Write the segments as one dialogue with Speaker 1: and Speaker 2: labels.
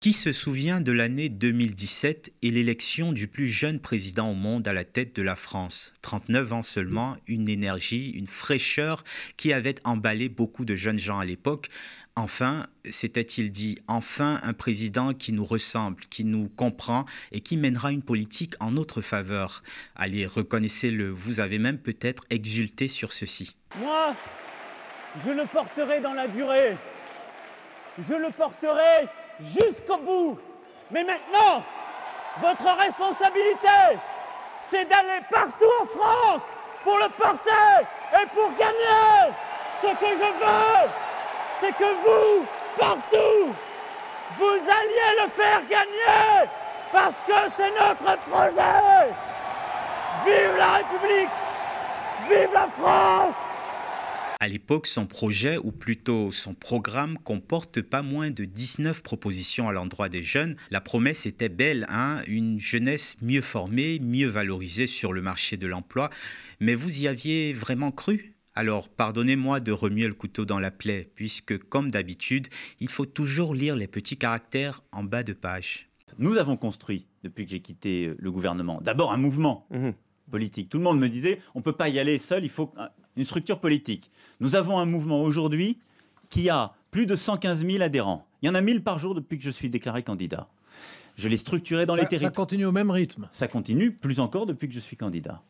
Speaker 1: Qui se souvient de l'année 2017 et l'élection du plus jeune président au monde à la tête de la France? 39 ans seulement, une énergie, une fraîcheur qui avait emballé beaucoup de jeunes gens à l'époque. Enfin, s'était-il dit, enfin un président qui nous ressemble, qui nous comprend et qui mènera une politique en notre faveur. Allez, reconnaissez-le, vous avez même peut-être exulté sur ceci.
Speaker 2: Moi, je le porterai dans la durée. Je le porterai jusqu'au bout. Mais maintenant, votre responsabilité, c'est d'aller partout en France pour le porter et pour gagner. Ce que je veux, c'est que vous, partout, vous alliez le faire gagner parce que c'est notre projet. Vive la République, vive la France.
Speaker 1: À l'époque, son projet, ou plutôt son programme, comporte pas moins de 19 propositions à l'endroit des jeunes. La promesse était belle, une jeunesse mieux formée, mieux valorisée sur le marché de l'emploi. Mais vous y aviez vraiment cru ? Alors, pardonnez-moi de remuer le couteau dans la plaie, puisque, comme d'habitude, il faut toujours lire les petits caractères en bas de page.
Speaker 3: Nous avons construit, depuis que j'ai quitté le gouvernement, d'abord un mouvement politique. Tout le monde me disait, on ne peut pas y aller seul, il faut une structure politique. Nous avons un mouvement aujourd'hui qui a plus de 115 000 adhérents. Il y en a 1000 par jour depuis que je suis déclaré candidat. Je l'ai structuré dans les territoires.
Speaker 4: Ça continue au même rythme.
Speaker 3: Ça continue plus encore depuis que je suis candidat.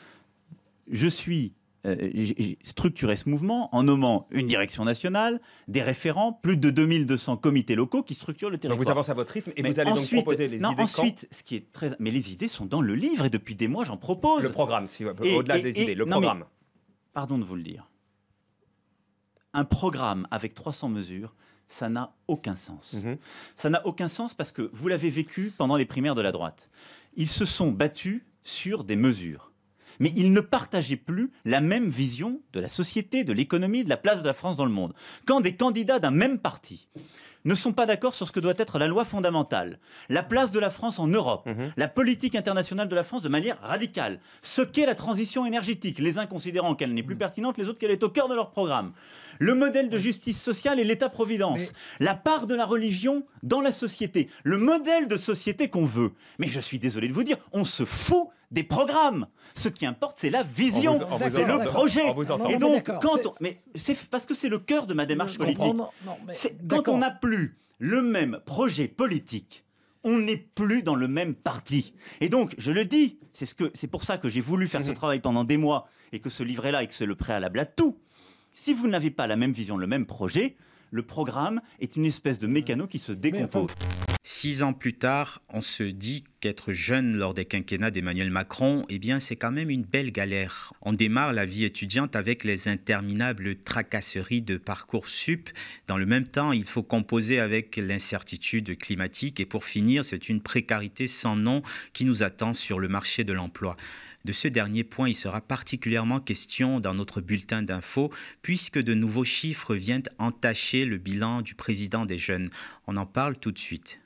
Speaker 3: J'ai structuré ce mouvement en nommant une direction nationale, des référents, plus de 2200 comités locaux qui structurent le territoire.
Speaker 5: Donc vous avancez à votre rythme et vous allez donc proposer les idées.
Speaker 3: Ensuite, ce qui est très... Mais les idées sont dans le livre et depuis des mois, j'en propose.
Speaker 5: Le programme, au-delà des idées, le programme.
Speaker 3: Pardon de vous le dire. Un programme avec 300 mesures, ça n'a aucun sens. Ça n'a aucun sens parce que vous l'avez vécu pendant les primaires de la droite. Ils se sont battus sur des mesures. Mais ils ne partageaient plus la même vision de la société, de l'économie, de la place de la France dans le monde. Quand des candidats d'un même parti ne sont pas d'accord sur ce que doit être la loi fondamentale, la place de la France en Europe, la politique internationale de la France de manière radicale, ce qu'est la transition énergétique, les uns considérant qu'elle n'est plus pertinente, les autres qu'elle est au cœur de leur programme, le modèle de justice sociale et l'État-providence, la part de la religion dans la société, le modèle de société qu'on veut. Mais je suis désolé de vous dire, on se fout des programmes. Ce qui importe, c'est la vision, c'est le projet. Et donc, c'est parce que c'est le cœur de ma démarche politique. Quand on n'a plus le même projet politique, on n'est plus dans le même parti. Et donc, je le dis, c'est pour ça que j'ai voulu faire ce travail pendant des mois et que ce livret-là et que c'est le préalable à tout. Si vous n'avez pas la même vision, le même projet, le programme est une espèce de mécano qui se décompose.
Speaker 1: 6 ans plus tard, on se dit qu'être jeune lors des quinquennats d'Emmanuel Macron, c'est quand même une belle galère. On démarre la vie étudiante avec les interminables tracasseries de Parcoursup. Dans le même temps, il faut composer avec l'incertitude climatique. Et pour finir, c'est une précarité sans nom qui nous attend sur le marché de l'emploi. De ce dernier point, il sera particulièrement question dans notre bulletin d'infos, puisque de nouveaux chiffres viennent entacher le bilan du président des jeunes. On en parle tout de suite.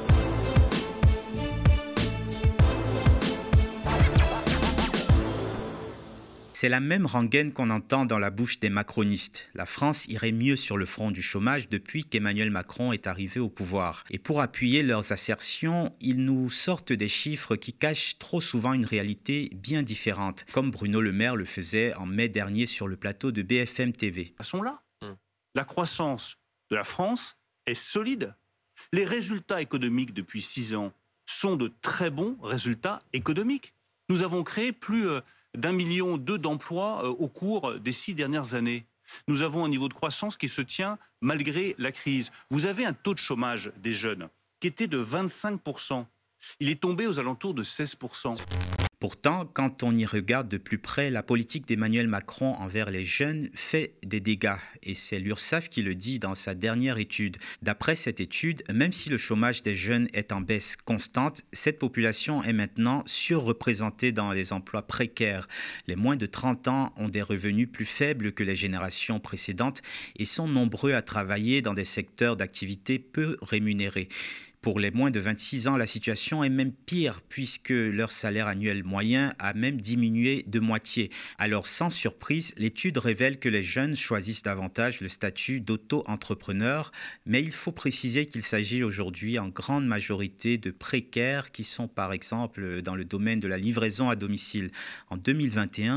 Speaker 1: C'est la même rengaine qu'on entend dans la bouche des macronistes. La France irait mieux sur le front du chômage depuis qu'Emmanuel Macron est arrivé au pouvoir. Et pour appuyer leurs assertions, ils nous sortent des chiffres qui cachent trop souvent une réalité bien différente, comme Bruno Le Maire le faisait en mai dernier sur le plateau de BFM TV.
Speaker 6: Elles sont là. La croissance de la France est solide. Les résultats économiques depuis 6 ans sont de très bons résultats économiques. Nous avons créé plus d'1,2 million d'emplois au cours des 6 dernières années. Nous avons un niveau de croissance qui se tient malgré la crise. Vous avez un taux de chômage des jeunes qui était de 25%. Il est tombé aux alentours de 16%.
Speaker 1: Pourtant, quand on y regarde de plus près, la politique d'Emmanuel Macron envers les jeunes fait des dégâts. Et c'est l'URSSAF qui le dit dans sa dernière étude. D'après cette étude, même si le chômage des jeunes est en baisse constante, cette population est maintenant surreprésentée dans les emplois précaires. Les moins de 30 ans ont des revenus plus faibles que les générations précédentes et sont nombreux à travailler dans des secteurs d'activité peu rémunérés. Pour les moins de 26 ans, la situation est même pire puisque leur salaire annuel moyen a même diminué de moitié. Alors, sans surprise, l'étude révèle que les jeunes choisissent davantage le statut d'auto-entrepreneur, mais il faut préciser qu'il s'agit aujourd'hui en grande majorité de précaires qui sont par exemple dans le domaine de la livraison à domicile. En 2021,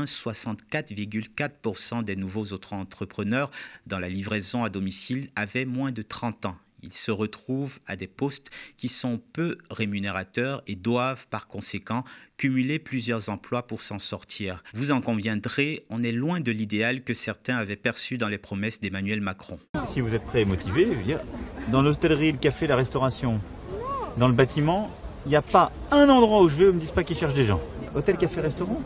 Speaker 1: 64,4% des nouveaux auto-entrepreneurs dans la livraison à domicile avaient moins de 30 ans. Ils se retrouvent à des postes qui sont peu rémunérateurs et doivent par conséquent cumuler plusieurs emplois pour s'en sortir. Vous en conviendrez, on est loin de l'idéal que certains avaient perçu dans les promesses d'Emmanuel Macron.
Speaker 4: Si vous êtes prêt et motivé, je veux dire, dans l'hôtellerie, le café, la restauration, dans le bâtiment, il n'y a pas un endroit où je vais où ils ne me disent pas qu'ils cherchent des gens. Hôtel, café, restaurant,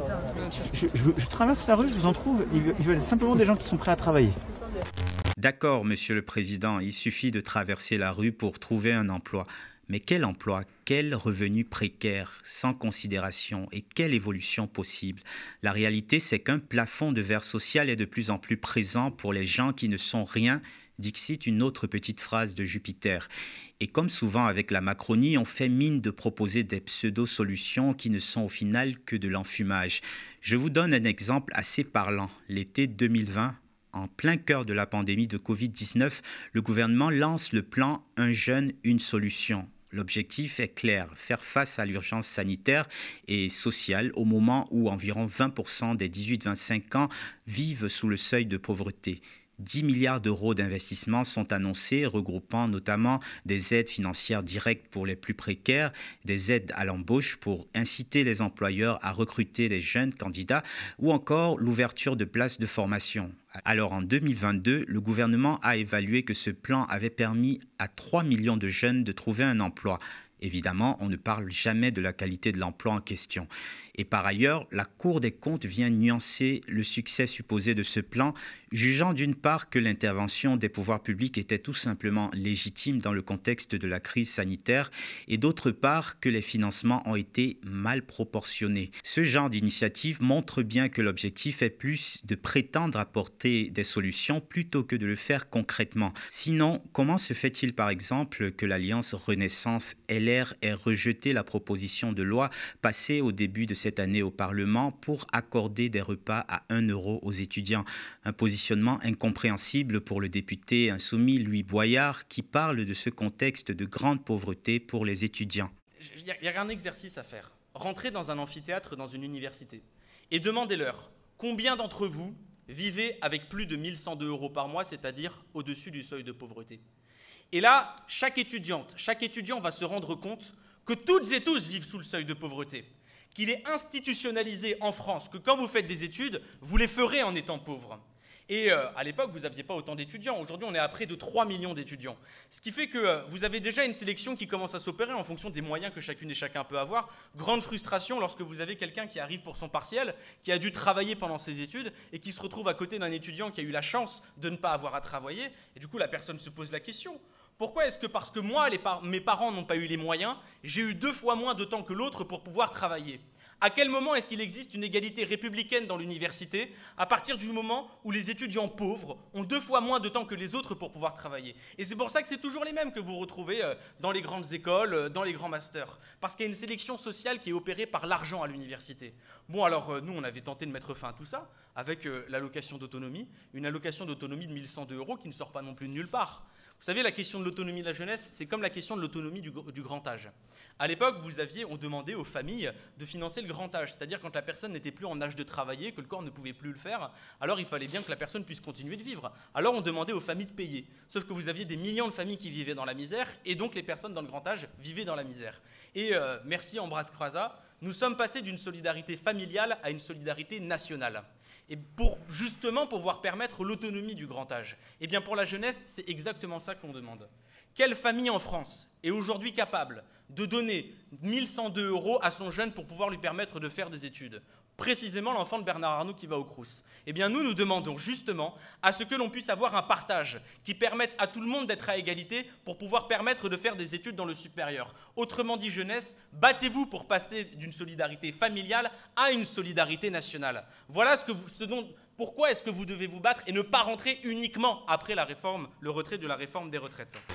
Speaker 4: je traverse la rue, je vous en trouve, ils veulent simplement des gens qui sont prêts à travailler.
Speaker 1: D'accord, Monsieur le Président, il suffit de traverser la rue pour trouver un emploi. Mais quel emploi, quel revenu précaire, sans considération et quelle évolution possible? La réalité, c'est qu'un plafond de verre social est de plus en plus présent pour les gens qui ne sont rien, dixit une autre petite phrase de Jupiter. Et comme souvent avec la Macronie, on fait mine de proposer des pseudo-solutions qui ne sont au final que de l'enfumage. Je vous donne un exemple assez parlant. L'été 2020, en plein cœur de la pandémie de Covid-19, le gouvernement lance le plan « Un jeune, une solution ». L'objectif est clair, faire face à l'urgence sanitaire et sociale au moment où environ 20% des 18-25 ans vivent sous le seuil de pauvreté. 10 milliards d'euros d'investissements sont annoncés, regroupant notamment des aides financières directes pour les plus précaires, des aides à l'embauche pour inciter les employeurs à recruter les jeunes candidats ou encore l'ouverture de places de formation. Alors en 2022, le gouvernement a évalué que ce plan avait permis à 3 millions de jeunes de trouver un emploi. Évidemment, on ne parle jamais de la qualité de l'emploi en question. Et par ailleurs, la Cour des comptes vient nuancer le succès supposé de ce plan, jugeant d'une part que l'intervention des pouvoirs publics était tout simplement légitime dans le contexte de la crise sanitaire et d'autre part que les financements ont été mal proportionnés. Ce genre d'initiative montre bien que l'objectif est plus de prétendre apporter des solutions plutôt que de le faire concrètement. Sinon, comment se fait-il par exemple que l'Alliance Renaissance LR ait rejeté la proposition de loi passée au début de cette année au Parlement pour accorder des repas à 1 euro aux étudiants? Un positionnement incompréhensible pour le député insoumis Louis Boyard qui parle de ce contexte de grande pauvreté pour les étudiants.
Speaker 7: Il y a un exercice à faire. Rentrez dans un amphithéâtre dans une université et demandez-leur combien d'entre vous vivez avec plus de 1 102 euros par mois, c'est-à-dire au-dessus du seuil de pauvreté. Et là, chaque étudiant va se rendre compte que toutes et tous vivent sous le seuil de pauvreté, qu'il est institutionnalisé en France, que quand vous faites des études, vous les ferez en étant pauvre. Et à l'époque, vous n'aviez pas autant d'étudiants. Aujourd'hui, on est à près de 3 millions d'étudiants. Ce qui fait que vous avez déjà une sélection qui commence à s'opérer en fonction des moyens que chacune et chacun peut avoir. Grande frustration lorsque vous avez quelqu'un qui arrive pour son partiel, qui a dû travailler pendant ses études et qui se retrouve à côté d'un étudiant qui a eu la chance de ne pas avoir à travailler. Et du coup, la personne se pose la question. Pourquoi est-ce que parce que moi, mes parents n'ont pas eu les moyens, j'ai eu 2 fois moins de temps que l'autre pour pouvoir travailler ? À quel moment est-ce qu'il existe une égalité républicaine dans l'université? À partir du moment où les étudiants pauvres ont 2 fois moins de temps que les autres pour pouvoir travailler. Et c'est pour ça que c'est toujours les mêmes que vous retrouvez dans les grandes écoles, dans les grands masters. Parce qu'il y a une sélection sociale qui est opérée par l'argent à l'université. Bon, alors nous, on avait tenté de mettre fin à tout ça avec l'allocation d'autonomie. Une allocation d'autonomie de 1 102 euros qui ne sort pas non plus de nulle part. Vous savez, la question de l'autonomie de la jeunesse, c'est comme la question de l'autonomie du grand âge. À l'époque, on demandait aux familles de financer le grand âge, c'est-à-dire quand la personne n'était plus en âge de travailler, que le corps ne pouvait plus le faire, alors il fallait bien que la personne puisse continuer de vivre. Alors on demandait aux familles de payer. Sauf que vous aviez des millions de familles qui vivaient dans la misère, et donc les personnes dans le grand âge vivaient dans la misère. Et merci Ambroise Croizat, nous sommes passés d'une solidarité familiale à une solidarité nationale. Et justement pour pouvoir permettre l'autonomie du grand âge. Et bien pour la jeunesse, c'est exactement ça que l'on demande. Quelle famille en France est aujourd'hui capable de donner 1 102 euros à son jeune pour pouvoir lui permettre de faire des études? Précisément l'enfant de Bernard Arnault qui va au Crous. Eh bien nous demandons justement à ce que l'on puisse avoir un partage qui permette à tout le monde d'être à égalité pour pouvoir permettre de faire des études dans le supérieur. Autrement dit, jeunesse, battez-vous pour passer d'une solidarité familiale à une solidarité nationale. Voilà pourquoi est-ce que vous devez vous battre et ne pas rentrer uniquement après le retrait de la réforme des retraites.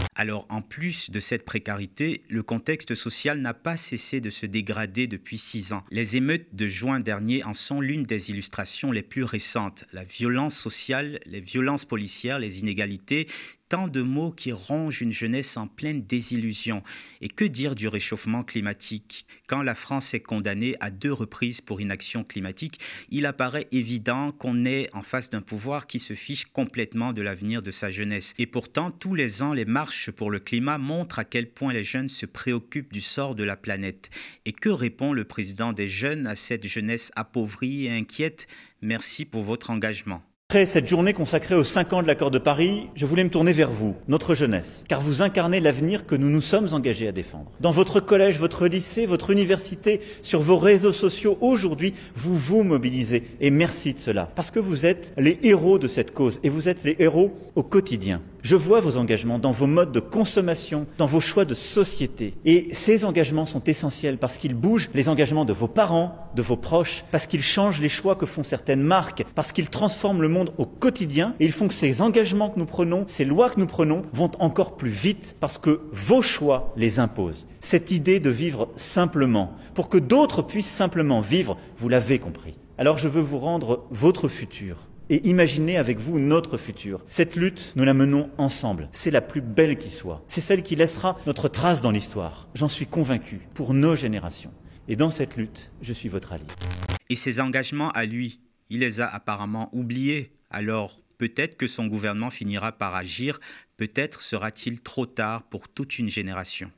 Speaker 1: Alors, en plus de cette précarité, le contexte social n'a pas cessé de se dégrader depuis 6 ans. Les émeutes de juin dernier en sont l'une des illustrations les plus récentes. La violence sociale, les violences policières, les inégalités, tant de mots qui rongent une jeunesse en pleine désillusion. Et que dire du réchauffement climatique ? Quand la France est condamnée à 2 reprises pour inaction climatique, il apparaît évident qu'on est en face d'un pouvoir qui se fiche complètement de l'avenir de sa jeunesse. Et pourtant, tous les ans, les marches pour le climat montrent à quel point les jeunes se préoccupent du sort de la planète. Et que répond le président des jeunes à cette jeunesse appauvrie et inquiète ? Merci pour votre engagement.
Speaker 3: Après cette journée consacrée aux 5 ans de l'accord de Paris, je voulais me tourner vers vous, notre jeunesse, car vous incarnez l'avenir que nous nous sommes engagés à défendre. Dans votre collège, votre lycée, votre université, sur vos réseaux sociaux, aujourd'hui, vous vous mobilisez. Et merci de cela, parce que vous êtes les héros de cette cause, et vous êtes les héros au quotidien. Je vois vos engagements dans vos modes de consommation, dans vos choix de société. Et ces engagements sont essentiels parce qu'ils bougent les engagements de vos parents, de vos proches, parce qu'ils changent les choix que font certaines marques, parce qu'ils transforment le monde au quotidien. Et ils font que ces engagements que nous prenons, ces lois que nous prenons, vont encore plus vite parce que vos choix les imposent. Cette idée de vivre simplement, pour que d'autres puissent simplement vivre, vous l'avez compris. Alors je veux vous rendre votre futur. Et imaginez avec vous notre futur. Cette lutte, nous la menons ensemble. C'est la plus belle qui soit. C'est celle qui laissera notre trace dans l'histoire. J'en suis convaincu, pour nos générations. Et dans cette lutte, je suis votre allié.
Speaker 1: Et ses engagements à lui, il les a apparemment oubliés. Alors peut-être que son gouvernement finira par agir. Peut-être sera-t-il trop tard pour toute une génération.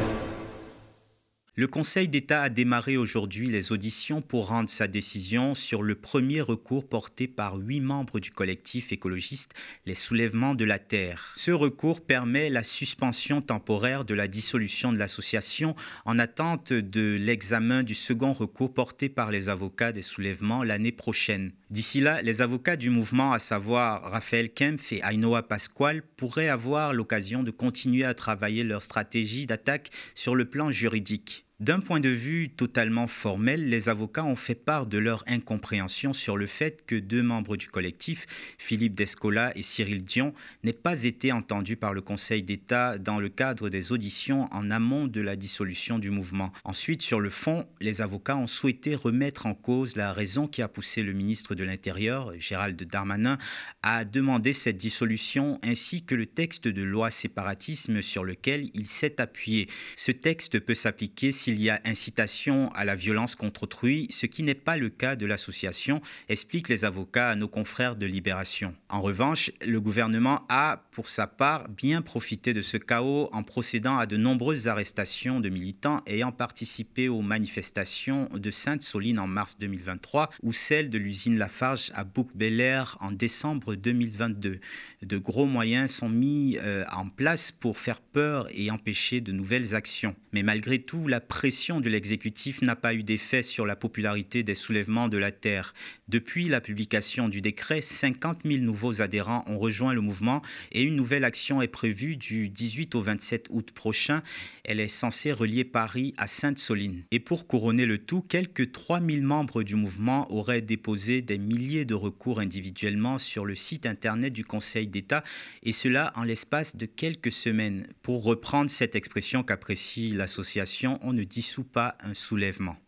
Speaker 1: Le Conseil d'État a démarré aujourd'hui les auditions pour rendre sa décision sur le premier recours porté par 8 membres du collectif écologiste Les Soulèvements de la Terre. Ce recours permet la suspension temporaire de la dissolution de l'association en attente de l'examen du second recours porté par les avocats des soulèvements l'année prochaine. D'ici là, les avocats du mouvement, à savoir Raphaël Kempf et Ainhoa Pascual, pourraient avoir l'occasion de continuer à travailler leur stratégie d'attaque sur le plan juridique. D'un point de vue totalement formel, les avocats ont fait part de leur incompréhension sur le fait que 2 membres du collectif, Philippe Descola et Cyril Dion, n'aient pas été entendus par le Conseil d'État dans le cadre des auditions en amont de la dissolution du mouvement. Ensuite, sur le fond, les avocats ont souhaité remettre en cause la raison qui a poussé le ministre de l'Intérieur, Gérald Darmanin, à demander cette dissolution ainsi que le texte de loi séparatisme sur lequel il s'est appuyé. Ce texte peut s'appliquer s'il y a incitation à la violence contre autrui, ce qui n'est pas le cas de l'association, expliquent les avocats à nos confrères de Libération. En revanche, le gouvernement a, pour sa part, bien profité de ce chaos en procédant à de nombreuses arrestations de militants ayant participé aux manifestations de Sainte-Soline en mars 2023 ou celles de l'usine Lafarge à Bouc-Bel-Air en décembre 2022. De gros moyens sont mis en place pour faire peur et empêcher de nouvelles actions. Mais malgré tout, la pression de l'exécutif n'a pas eu d'effet sur la popularité des soulèvements de la Terre. Depuis la publication du décret, 50 000 nouveaux adhérents ont rejoint le mouvement et une nouvelle action est prévue du 18 au 27 août prochain. Elle est censée relier Paris à Sainte-Soline. Et pour couronner le tout, quelques 3 000 membres du mouvement auraient déposé des milliers de recours individuellement sur le site internet du Conseil d'État, et cela en l'espace de quelques semaines. Pour reprendre cette expression qu'apprécie l'association, on ne dissout pas un soulèvement.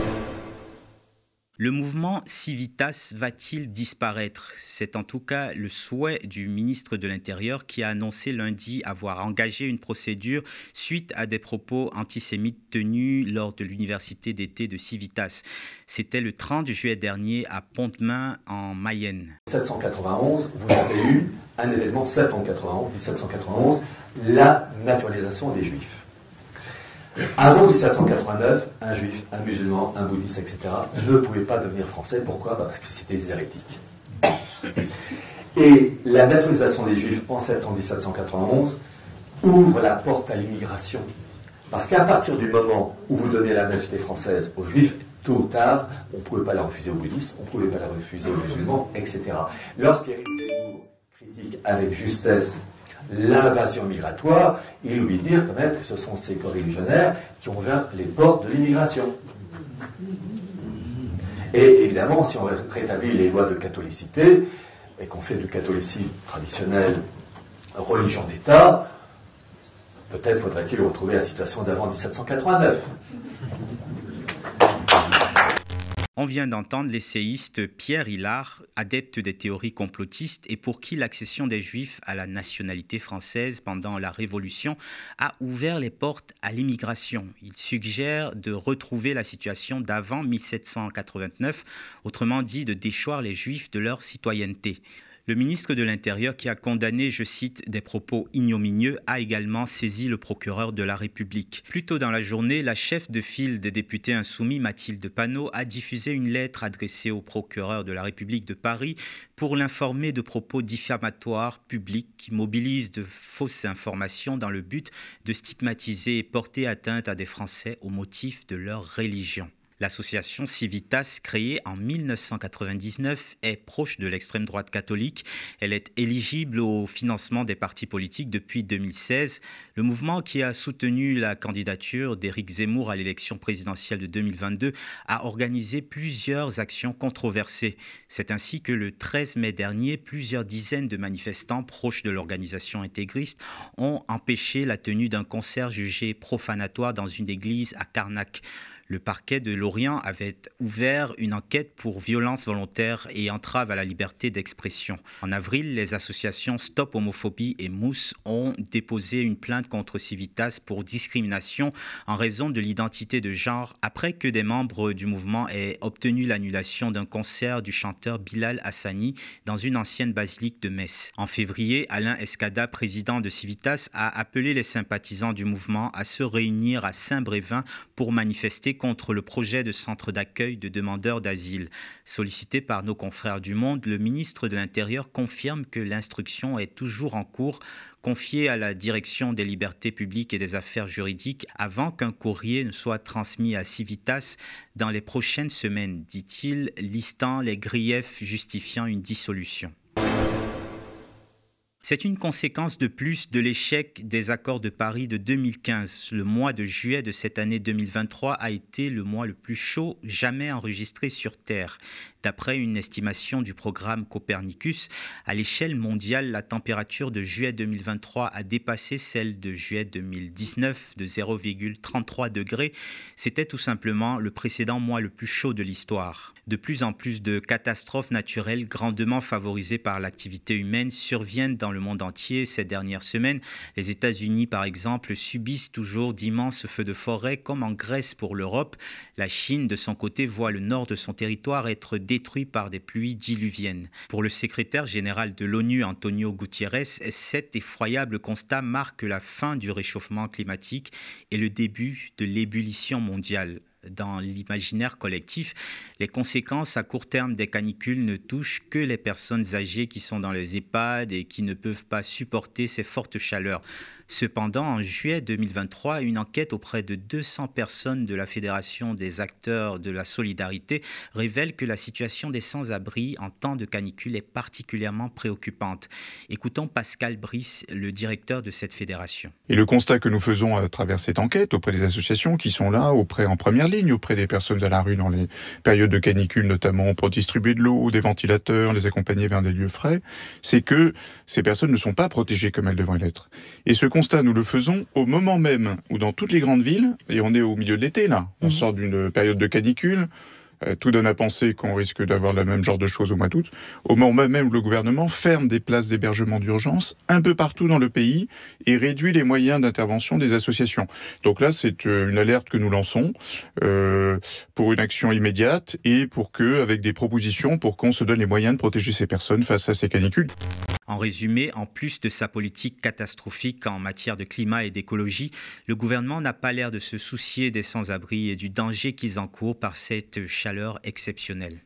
Speaker 1: Le mouvement Civitas va-t-il disparaître ? C'est en tout cas le souhait du ministre de l'Intérieur qui a annoncé lundi avoir engagé une procédure suite à des propos antisémites tenus lors de l'université d'été de Civitas. C'était le 30 juillet dernier à Pont-de-Main en Mayenne.
Speaker 8: 1791, vous avez eu un événement, 1791, la naturalisation des Juifs. Avant 1789, un juif, un musulman, un bouddhiste, etc. ne pouvaient pas devenir français. Pourquoi ? Parce que c'était des hérétiques. Et la naturalisation des juifs en septembre 1791 ouvre la porte à l'immigration. Parce qu'à partir du moment où vous donnez la nationalité française aux juifs, tôt ou tard, on ne pouvait pas la refuser aux bouddhistes, on ne pouvait pas la refuser aux musulmans, etc. Lorsqu'Éric Zemmour critique avec justesse l'invasion migratoire, il oublie de dire quand même que ce sont ces co-religionnaires qui ont ouvert les portes de l'immigration. Et évidemment, si on rétablit les lois de catholicité, et qu'on fait du catholicisme traditionnel religion d'État, Peut-être faudrait-il retrouver la situation d'avant 1789.
Speaker 1: On vient d'entendre l'essayiste Pierre Hillard, adepte des théories complotistes et pour qui l'accession des Juifs à la nationalité française pendant la Révolution a ouvert les portes à l'immigration. Il suggère de retrouver la situation d'avant 1789, autrement dit de déchoir les Juifs de leur citoyenneté. Le ministre de l'Intérieur, qui a condamné, je cite, des propos ignominieux, a également saisi le procureur de la République. Plus tôt dans la journée, la chef de file des députés insoumis, Mathilde Panot, a diffusé une lettre adressée au procureur de la République de Paris pour l'informer de propos diffamatoires publics qui mobilisent de fausses informations dans le but de stigmatiser et porter atteinte à des Français au motif de leur religion. L'association Civitas, créée en 1999, est proche de l'extrême droite catholique. Elle est éligible au financement des partis politiques depuis 2016. Le mouvement qui a soutenu la candidature d'Éric Zemmour à l'élection présidentielle de 2022 a organisé plusieurs actions controversées. C'est ainsi que le 13 mai dernier, plusieurs dizaines de manifestants proches de l'organisation intégriste ont empêché la tenue d'un concert jugé profanatoire dans une église à Carnac. Le parquet de Lorient avait ouvert une enquête pour violence volontaire et entrave à la liberté d'expression. En avril, les associations Stop Homophobie et Mousse ont déposé une plainte contre Civitas pour discrimination en raison de l'identité de genre après que des membres du mouvement aient obtenu l'annulation d'un concert du chanteur Bilal Hassani dans une ancienne basilique de Metz. En février, Alain Escada, président de Civitas, a appelé les sympathisants du mouvement à se réunir à Saint-Brévin pour manifester contre le projet de centre d'accueil de demandeurs d'asile. Sollicité par nos confrères du Monde, le ministre de l'Intérieur confirme que l'instruction est toujours en cours, confiée à la Direction des libertés publiques et des affaires juridiques avant qu'un courrier ne soit transmis à Civitas dans les prochaines semaines, dit-il, listant les griefs justifiant une dissolution. C'est une conséquence de plus de l'échec des accords de Paris de 2015. Le mois de juillet de cette année 2023 a été le mois le plus chaud jamais enregistré sur Terre. D'après une estimation du programme Copernicus, à l'échelle mondiale, la température de juillet 2023 a dépassé celle de juillet 2019 de 0,33 degrés. C'était tout simplement le précédent mois le plus chaud de l'histoire. De plus en plus de catastrophes naturelles grandement favorisées par l'activité humaine surviennent dans le monde entier ces dernières semaines. Les États-Unis, par exemple, subissent toujours d'immenses feux de forêt, comme en Grèce pour l'Europe. La Chine, de son côté, voit le nord de son territoire être détruit par des pluies diluviennes. Pour le secrétaire général de l'ONU, Antonio Guterres, cet effroyable constat marque la fin du réchauffement climatique et le début de l'ébullition mondiale. Dans l'imaginaire collectif, les conséquences à court terme des canicules ne touchent que les personnes âgées qui sont dans les EHPAD et qui ne peuvent pas supporter ces fortes chaleurs. Cependant, en juillet 2023, une enquête auprès de 200 personnes de la Fédération des acteurs de la solidarité révèle que la situation des sans-abri en temps de canicule est particulièrement préoccupante. Écoutons Pascal Brice, le directeur de cette fédération.
Speaker 9: Et le constat que nous faisons à travers cette enquête auprès des associations qui sont là, en première ligne, auprès des personnes de la rue dans les périodes de canicule, notamment pour distribuer de l'eau, des ventilateurs, les accompagner vers des lieux frais, c'est que ces personnes ne sont pas protégées comme elles devraient l'être. Et ce constat, nous le faisons au moment même où dans toutes les grandes villes, et on est au milieu de l'été là, on sort d'une période de canicule, tout donne à penser qu'on risque d'avoir le même genre de choses au mois d'août. Au moment même où le gouvernement ferme des places d'hébergement d'urgence un peu partout dans le pays et réduit les moyens d'intervention des associations. Donc là, c'est une alerte que nous lançons pour une action immédiate et avec des propositions pour qu'on se donne les moyens de protéger ces personnes face à ces canicules.
Speaker 1: En résumé, en plus de sa politique catastrophique en matière de climat et d'écologie, le gouvernement n'a pas l'air de se soucier des sans-abri et du danger qu'ils encourent par cette chaleur exceptionnelle.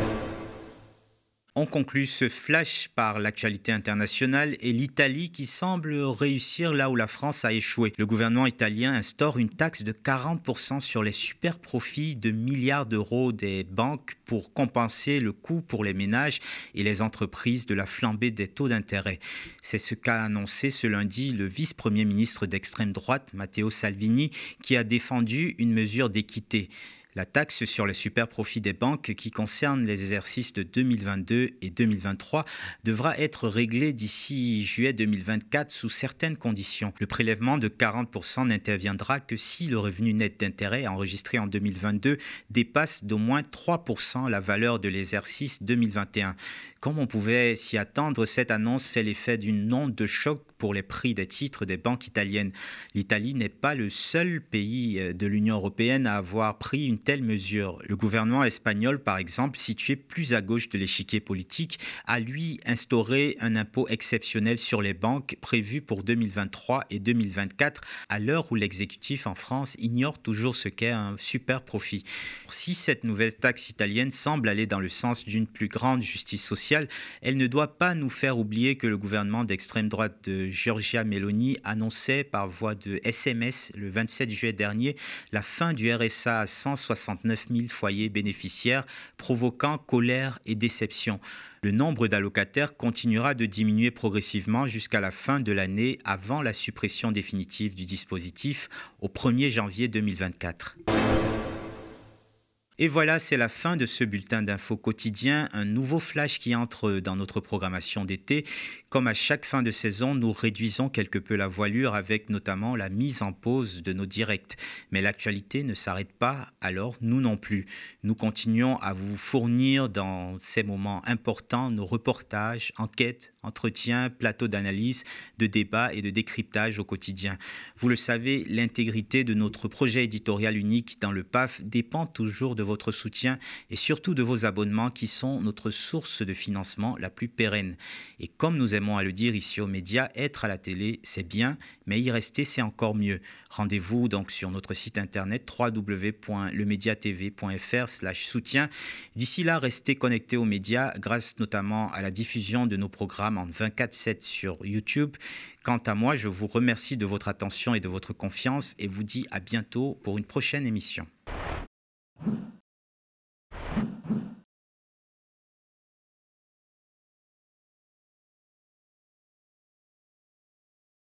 Speaker 1: On conclut ce flash par l'actualité internationale et l'Italie qui semble réussir là où la France a échoué. Le gouvernement italien instaure une taxe de 40% sur les super profits de milliards d'euros des banques pour compenser le coût pour les ménages et les entreprises de la flambée des taux d'intérêt. C'est ce qu'a annoncé ce lundi le vice-premier ministre d'extrême droite, Matteo Salvini, qui a défendu une mesure d'équité. La taxe sur les super-profits des banques qui concerne les exercices de 2022 et 2023 devra être réglée d'ici juillet 2024 sous certaines conditions. Le prélèvement de 40% n'interviendra que si le revenu net d'intérêt enregistré en 2022 dépasse d'au moins 3% la valeur de l'exercice 2021. Comme on pouvait s'y attendre, cette annonce fait l'effet d'une onde de choc pour les prix des titres des banques italiennes. L'Italie n'est pas le seul pays de l'Union européenne à avoir pris une telle mesure. Le gouvernement espagnol, par exemple, situé plus à gauche de l'échiquier politique, a lui instauré un impôt exceptionnel sur les banques prévu pour 2023 et 2024, à l'heure où l'exécutif en France ignore toujours ce qu'est un super profit. Si cette nouvelle taxe italienne semble aller dans le sens d'une plus grande justice sociale, elle ne doit pas nous faire oublier que le gouvernement d'extrême droite de Giorgia Meloni annonçait par voie de SMS le 27 juillet dernier la fin du RSA à 169 000 foyers bénéficiaires, provoquant colère et déception. Le nombre d'allocataires continuera de diminuer progressivement jusqu'à la fin de l'année avant la suppression définitive du dispositif au 1er janvier 2024. Et voilà, c'est la fin de ce bulletin d'infos quotidien, un nouveau flash qui entre dans notre programmation d'été. Comme à chaque fin de saison, nous réduisons quelque peu la voilure avec notamment la mise en pause de nos directs. Mais l'actualité ne s'arrête pas, alors nous non plus. Nous continuons à vous fournir dans ces moments importants nos reportages, enquêtes, entretiens, plateaux d'analyse, de débat et de décryptage au quotidien. Vous le savez, l'intégrité de notre projet éditorial unique dans le PAF dépend toujours de votre soutien et surtout de vos abonnements qui sont notre source de financement la plus pérenne. Et comme nous aimons à le dire ici aux médias, être à la télé, c'est bien, mais y rester, c'est encore mieux. Rendez-vous donc sur notre site internet www.lemediatv.fr/soutien. D'ici là, restez connectés aux médias grâce notamment à la diffusion de nos programmes en 24/7 sur YouTube. Quant à moi, je vous remercie de votre attention et de votre confiance et vous dis à bientôt pour une prochaine émission.